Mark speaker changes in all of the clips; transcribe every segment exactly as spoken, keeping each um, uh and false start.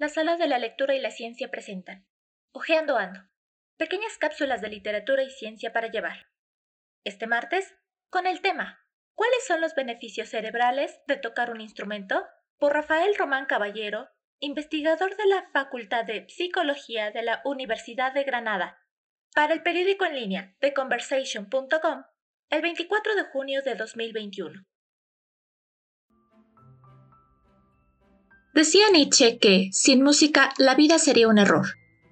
Speaker 1: La Sala de la Lectura y la Ciencia presentan Ojeando Ando, pequeñas cápsulas de literatura y ciencia para llevar. Este martes, con el tema ¿Cuáles son los beneficios cerebrales de tocar un instrumento? Por Rafael Román Caballero, investigador de la Facultad de Psicología de la Universidad de Granada, para el periódico en línea The Conversation punto com, el veinticuatro de junio de dos mil veintiuno.
Speaker 2: Decía Nietzsche que, sin música, la vida sería un error.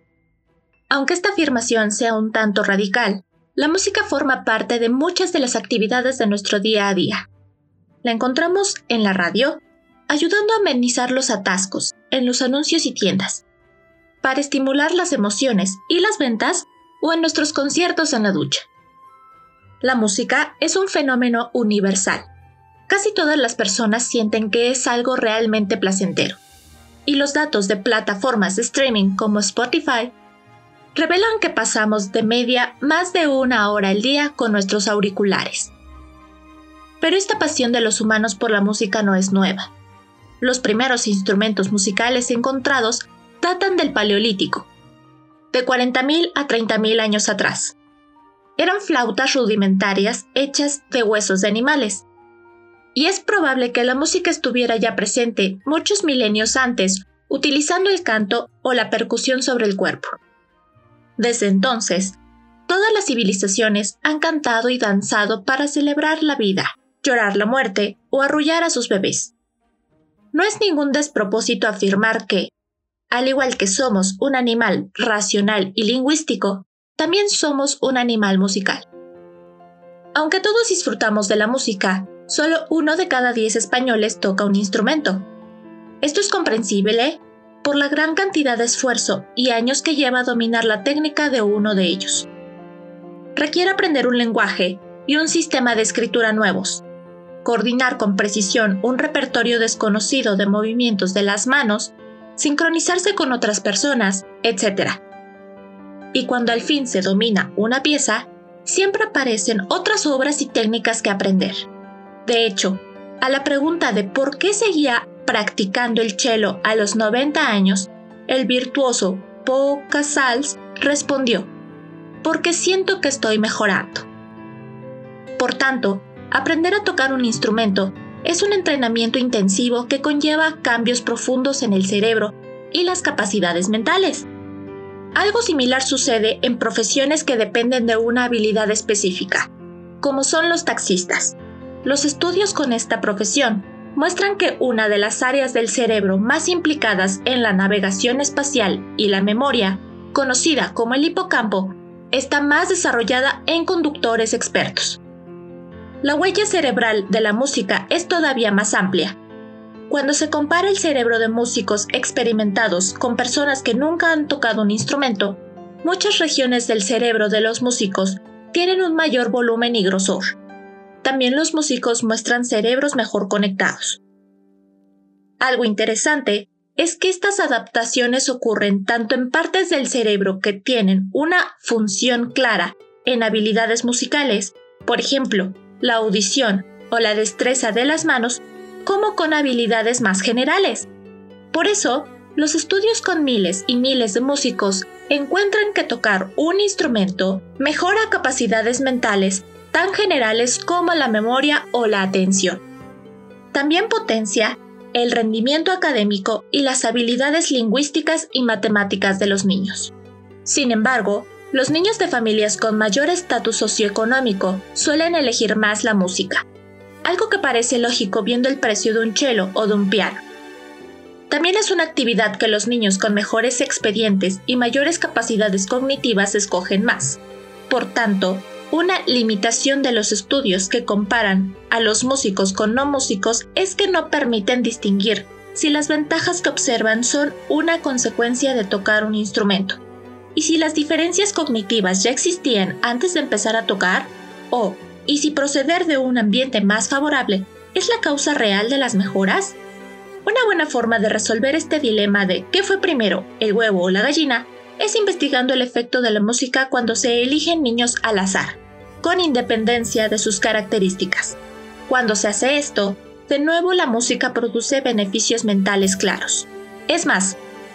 Speaker 2: Aunque esta afirmación sea un tanto radical, la música forma parte de muchas de las actividades de nuestro día a día. La encontramos en la radio, ayudando a amenizar los atascos, en los anuncios y tiendas, para estimular las emociones y las ventas, o en nuestros conciertos en la ducha. La música es un fenómeno universal. Casi todas las personas sienten que es algo realmente placentero. Y los datos de plataformas de streaming como Spotify revelan que pasamos de media más de una hora al día con nuestros auriculares. Pero esta pasión de los humanos por la música no es nueva. Los primeros instrumentos musicales encontrados datan del Paleolítico, de cuarenta mil a treinta mil años atrás. Eran flautas rudimentarias hechas de huesos de animales. Y es probable que la música estuviera ya presente muchos milenios antes, utilizando el canto o la percusión sobre el cuerpo. Desde entonces, todas las civilizaciones han cantado y danzado para celebrar la vida, llorar la muerte o arrullar a sus bebés. No es ningún despropósito afirmar que, al igual que somos un animal racional y lingüístico, también somos un animal musical. Aunque todos disfrutamos de la música, solo uno de cada diez españoles toca un instrumento. Esto es comprensible por la gran cantidad de esfuerzo y años que lleva a dominar la técnica de uno de ellos. Requiere aprender un lenguaje y un sistema de escritura nuevos, coordinar con precisión un repertorio desconocido de movimientos de las manos, sincronizarse con otras personas, etcétera. Y cuando al fin se domina una pieza, siempre aparecen otras obras y técnicas que aprender. De hecho, a la pregunta de por qué seguía practicando el cello a los noventa años, el virtuoso Pau Casals respondió: porque siento que estoy mejorando. Por tanto, aprender a tocar un instrumento es un entrenamiento intensivo que conlleva cambios profundos en el cerebro y las capacidades mentales. Algo similar sucede en profesiones que dependen de una habilidad específica, como son los taxistas. Los estudios con esta profesión muestran que una de las áreas del cerebro más implicadas en la navegación espacial y la memoria, conocida como el hipocampo, está más desarrollada en conductores expertos. La huella cerebral de la música es todavía más amplia. Cuando se compara el cerebro de músicos experimentados con personas que nunca han tocado un instrumento, muchas regiones del cerebro de los músicos tienen un mayor volumen y grosor. También los músicos muestran cerebros mejor conectados. Algo interesante es que estas adaptaciones ocurren tanto en partes del cerebro que tienen una función clara en habilidades musicales, por ejemplo, la audición o la destreza de las manos, como con habilidades más generales. Por eso, los estudios con miles y miles de músicos encuentran que tocar un instrumento mejora capacidades mentales tan generales como la memoria o la atención. También potencia el rendimiento académico y las habilidades lingüísticas y matemáticas de los niños. Sin embargo, los niños de familias con mayor estatus socioeconómico suelen elegir más la música, algo que parece lógico viendo el precio de un cello o de un piano. También es una actividad que los niños con mejores expedientes y mayores capacidades cognitivas escogen más. Por tanto, una limitación de los estudios que comparan a los músicos con no músicos es que no permiten distinguir si las ventajas que observan son una consecuencia de tocar un instrumento, y si las diferencias cognitivas ya existían antes de empezar a tocar, o y si proceder de un ambiente más favorable es la causa real de las mejoras. Una buena forma de resolver este dilema de ¿qué fue primero, el huevo o la gallina? Es investigando el efecto de la música cuando se eligen niños al azar, con independencia de sus características. Cuando se hace esto, de nuevo la música produce beneficios mentales claros. Es más,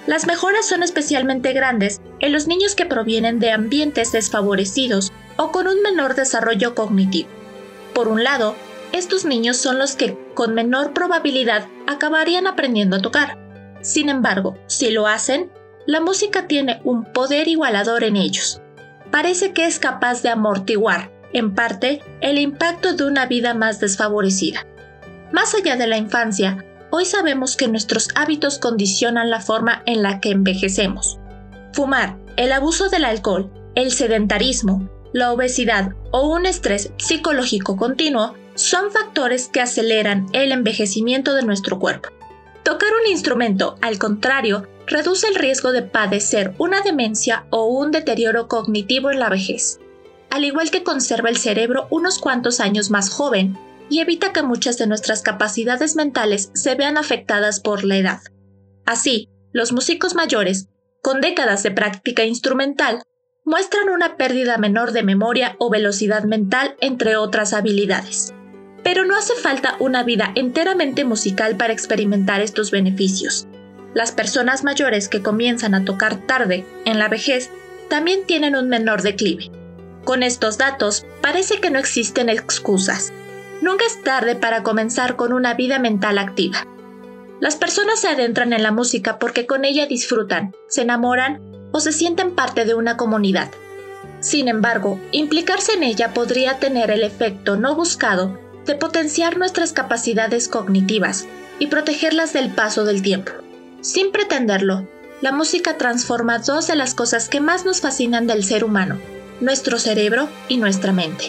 Speaker 2: Las mejoras son especialmente grandes en los niños que provienen de ambientes desfavorecidos o con un menor desarrollo cognitivo. Por un lado, estos niños son los que con menor probabilidad acabarían aprendiendo a tocar. Sin embargo, si lo hacen, la música tiene un poder igualador en ellos. Parece que es capaz de amortiguar, en parte, el impacto de una vida más desfavorecida. Más allá de la infancia, hoy sabemos que nuestros hábitos condicionan la forma en la que envejecemos. Fumar, el abuso del alcohol, el sedentarismo, la obesidad o un estrés psicológico continuo son factores que aceleran el envejecimiento de nuestro cuerpo. Tocar un instrumento, al contrario, reduce el riesgo de padecer una demencia o un deterioro cognitivo en la vejez, al igual que conserva el cerebro unos cuantos años más joven y evita que muchas de nuestras capacidades mentales se vean afectadas por la edad. Así, los músicos mayores, con décadas de práctica instrumental, muestran una pérdida menor de memoria o velocidad mental, entre otras habilidades. Pero no hace falta una vida enteramente musical para experimentar estos beneficios. Las personas mayores que comienzan a tocar tarde, en la vejez, también tienen un menor declive. Con estos datos, parece que no existen excusas. Nunca es tarde para comenzar con una vida mental activa. Las personas se adentran en la música porque con ella disfrutan, se enamoran o se sienten parte de una comunidad. Sin embargo, implicarse en ella podría tener el efecto no buscado de potenciar nuestras capacidades cognitivas y protegerlas del paso del tiempo. Sin pretenderlo, la música transforma dos de las cosas que más nos fascinan del ser humano, nuestro cerebro y nuestra mente.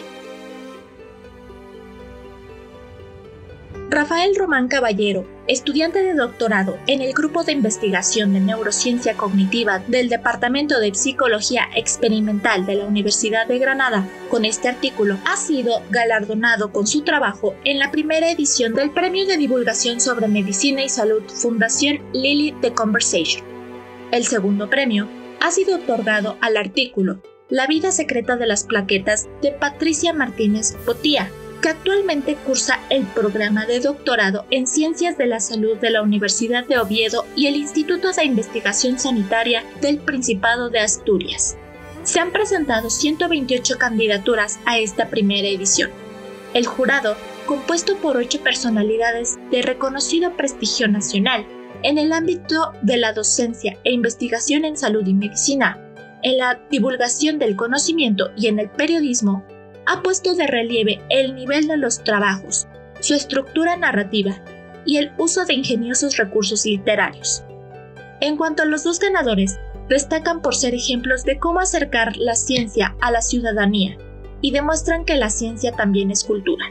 Speaker 2: Rafael Román Caballero, estudiante de doctorado en el Grupo de Investigación de Neurociencia Cognitiva del Departamento de Psicología Experimental de la Universidad de Granada, con este artículo ha sido galardonado con su trabajo en la primera edición del Premio de Divulgación sobre Medicina y Salud Fundación Lilly The Conversation. El segundo premio ha sido otorgado al artículo La vida secreta de las plaquetas de Patricia Martínez Botía, que actualmente cursa el programa de doctorado en Ciencias de la Salud de la Universidad de Oviedo y el Instituto de Investigación Sanitaria del Principado de Asturias. Se han presentado ciento veintiocho candidaturas a esta primera edición. El jurado, compuesto por ocho personalidades de reconocido prestigio nacional en el ámbito de la docencia e investigación en salud y medicina, en la divulgación del conocimiento y en el periodismo, ha puesto de relieve el nivel de los trabajos, su estructura narrativa y el uso de ingeniosos recursos literarios. En cuanto a los dos ganadores, destacan por ser ejemplos de cómo acercar la ciencia a la ciudadanía y demuestran que la ciencia también es cultura.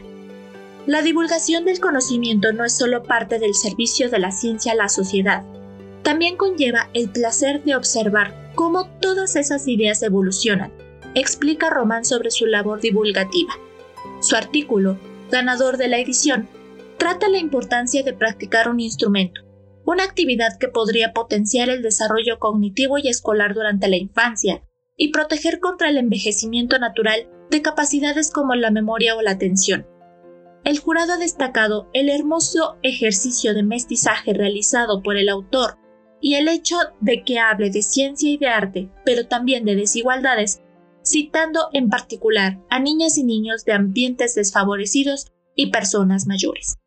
Speaker 2: La divulgación del conocimiento no es solo parte del servicio de la ciencia a la sociedad, también conlleva el placer de observar cómo todas esas ideas evolucionan, explica Román sobre su labor divulgativa. Su artículo, ganador de la edición, trata la importancia de practicar un instrumento, una actividad que podría potenciar el desarrollo cognitivo y escolar durante la infancia y proteger contra el envejecimiento natural de capacidades como la memoria o la atención. El jurado ha destacado el hermoso ejercicio de mestizaje realizado por el autor y el hecho de que hable de ciencia y de arte, pero también de desigualdades, citando en particular a niñas y niños de ambientes desfavorecidos y personas mayores.